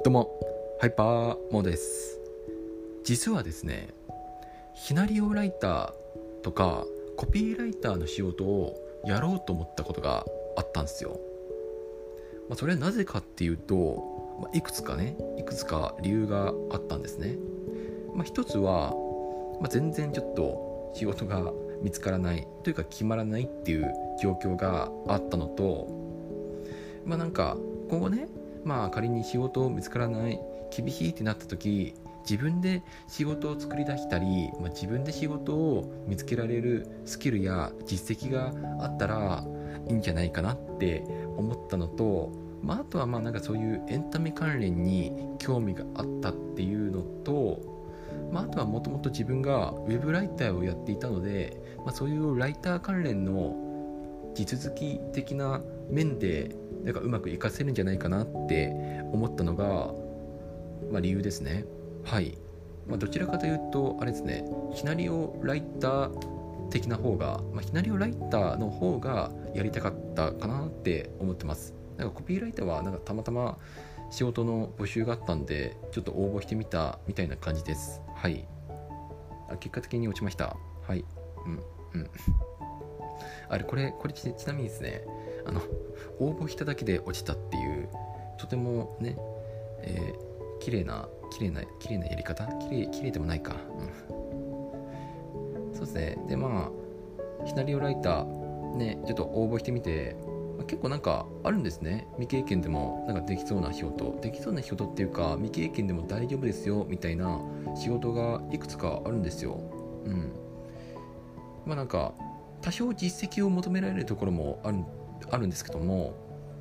どうもハイパーモーです。実はですね、シナリオライターとかコピーライターの仕事をやろうと思ったことがあったんですよ。それはなぜかっていうと、いくつか理由があったんですね。一つは、全然ちょっと仕事が見つからないというか決まらないっていう状況があったのと、今後ね、仮に仕事を見つからない厳しいってなった時、自分で仕事を作り出したり、自分で仕事を見つけられるスキルや実績があったらいいんじゃないかなって思ったのと、あとはそういうエンタメ関連に興味があったっていうのと、あとはもともと自分がウェブライターをやっていたので、そういうライター関連の地続き的な面でうまく活かせるんじゃないかなって思ったのが、理由ですね。はい。どちらかというとあれですね、シナリオライター的な方が、シナリオライターの方がやりたかったかなって思ってます。コピーライターはたまたま仕事の募集があったんでちょっと応募してみたみたいな感じです。はい。結果的に落ちました。はい。これちなみにですね、応募しただけで落ちたっていうとてもね、綺麗なやり方、綺麗でもないか、そうですね。でシナリオライターね、ちょっと応募してみて、結構あるんですね。未経験でもできそうな仕事っていうか、未経験でも大丈夫ですよみたいな仕事がいくつかあるんですよ。多少実績を求められるところもあるんですけども、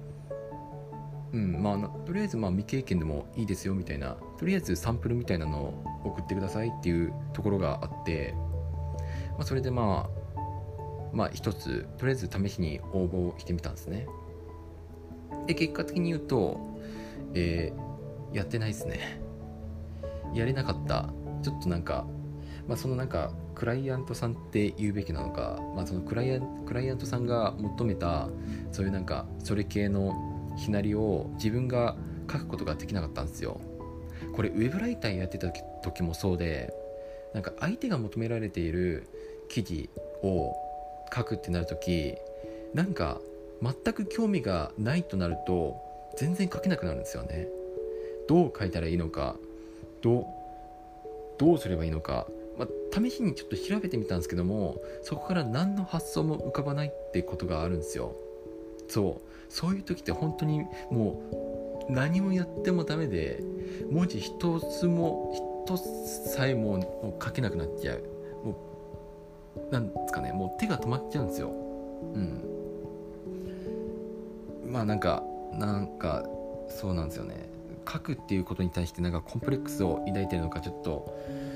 とりあえず未経験でもいいですよみたいな、とりあえずサンプルみたいなのを送ってくださいっていうところがあって、それで一つとりあえず試しに応募してみたんですね。で結果的に言うと、やってないですね。やれなかった。ちょっとそのクライアントさんって言うべきなのか、そのクライアントさんが求めたそういうそれ系のシナリオを自分が書くことができなかったんですよ。これウェブライターやってた時もそうで、相手が求められている記事を書くってなる時、全く興味がないとなると全然書けなくなるんですよね。どう書いたらいいのか、どうすればいいのか、試しにちょっと調べてみたんですけども、そこから何の発想も浮かばないってことがあるんですよ。そういう時って本当にもう何もやってもダメで、文字一つさえもう書けなくなっちゃう。なんですかね、もう手が止まっちゃうんですよ。そうなんですよね。書くっていうことに対してコンプレックスを抱いてるのか、ちょっと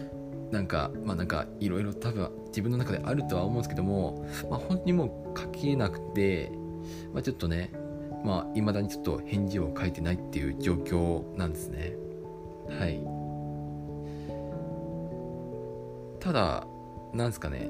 いろいろ多分自分の中であるとは思うんですけども、本当にもう書けなくて、ちょっとね、未だにちょっと返事を書いてないっていう状況なんですね。はい。ただなんですかね、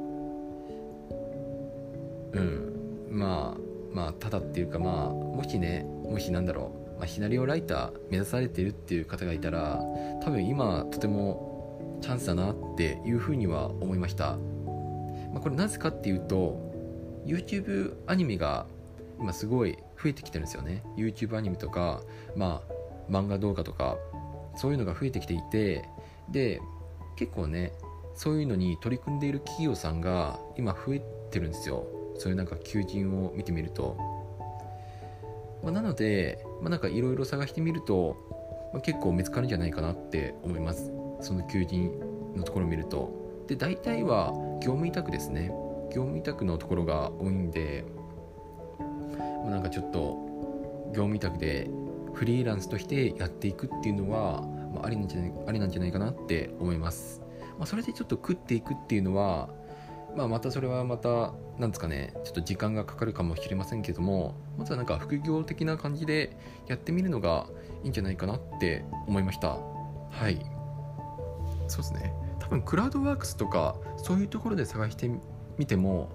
ただっていうか、もしシナリオライター目指されているっていう方がいたら、多分今とてもチャンスだなっていうふうには思いました。これなぜかっていうと、 YouTube アニメが今すごい増えてきてるんですよね。 YouTube アニメとか、漫画動画とかそういうのが増えてきていて、で結構ね、そういうのに取り組んでいる企業さんが今増えてるんですよ。そういう求人を見てみると、なのでいろいろ探してみると、結構見つかるんじゃないかなって思います。その求人のところを見ると。で大体は業務委託ですね。業務委託のところが多いんで、ちょっと業務委託でフリーランスとしてやっていくっていうのは、ありなんじゃないかなって思います。それでちょっと食っていくっていうのは、それはなんですかね、ちょっと時間がかかるかもしれませんけども、まずは副業的な感じでやってみるのがいいんじゃないかなって思いました。はい。そうですね。多分クラウドワークスとかそういうところで探してみても、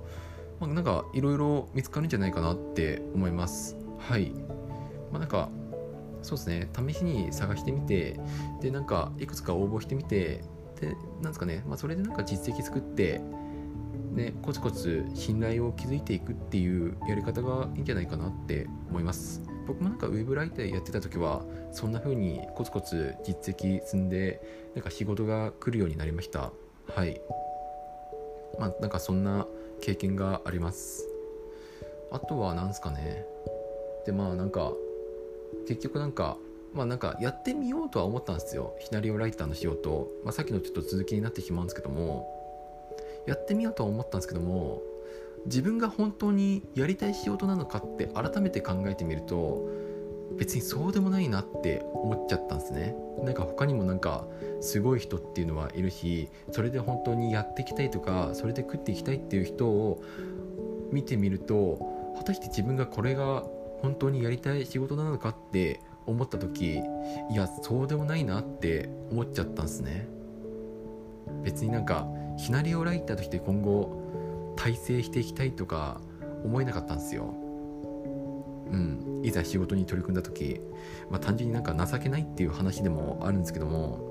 いろいろ見つかるんじゃないかなって思います。はい。 そうですね、試しに探してみて、でなんかいくつか応募してみて、でなんですかね、それでなんか実績作ってね、コツコツ信頼を築いていくっていうやり方がいいんじゃないかなって思います。僕もなんかウェブライターやってた時はそんな風にコツコツ実績積んでなんか仕事が来るようになりました。はい。なんかそんな経験があります。あとはなんですかね。でなんか結局なんかなんかやってみようとは思ったんですよ、シナリオライターの仕事。さっきのちょっと続きになってしまうんですけども、やってみようとは思ったんですけども、自分が本当にやりたい仕事なのかって改めて考えてみると別にそうでもないなって思っちゃったんですね。なんか他にもなんかすごい人っていうのはいるし、それで本当にやっていきたいとかそれで食っていきたいっていう人を見てみると、果たして自分がこれが本当にやりたい仕事なのかって思った時、いやそうでもないなって思っちゃったんですね。別になんかシナリオライターとして今後大成していきたいとか思えなかったんですよ。いざ仕事に取り組んだ時、単純になんか情けないっていう話でもあるんですけども、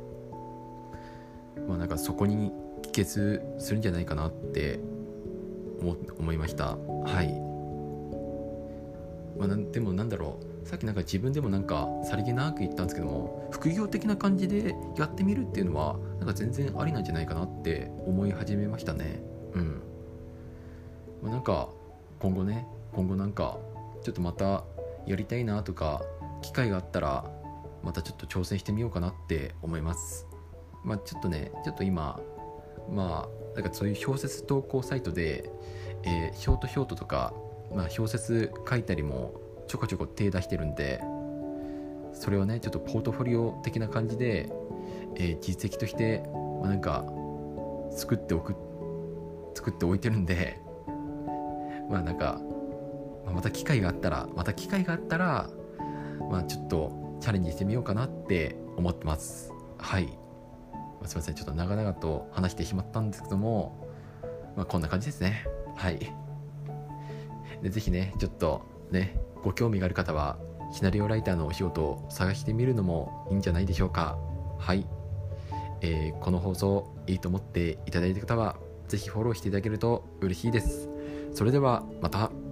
なんかそこに帰結するんじゃないかなって思いました。はい。でもなんだろう、さっきなんか自分でもなんかさりげなく言ったんですけども、副業的な感じでやってみるっていうのはなんか全然ありなんじゃないかなって思い始めましたね。なんか今後なんかちょっとまたやりたいなとか機会があったらまたちょっと挑戦してみようかなって思います。ちょっと今なんかそういう小説投稿サイトで、ショートとか、小説書いたりもちょこちょこ手出してるんで、それをねちょっとポートフォリオ的な感じで、実績としてなんか作っておいてるんで、なんかまた機会があったらちょっとチャレンジしてみようかなって思ってます。はい。すいません、ちょっと長々と話してしまったんですけども、こんな感じですね。はい。でぜひねちょっとねご興味がある方はシナリオライターのお仕事を探してみるのもいいんじゃないでしょうか。はい。この放送いいと思っていただいた方はぜひフォローしていただけると嬉しいです。それではまた。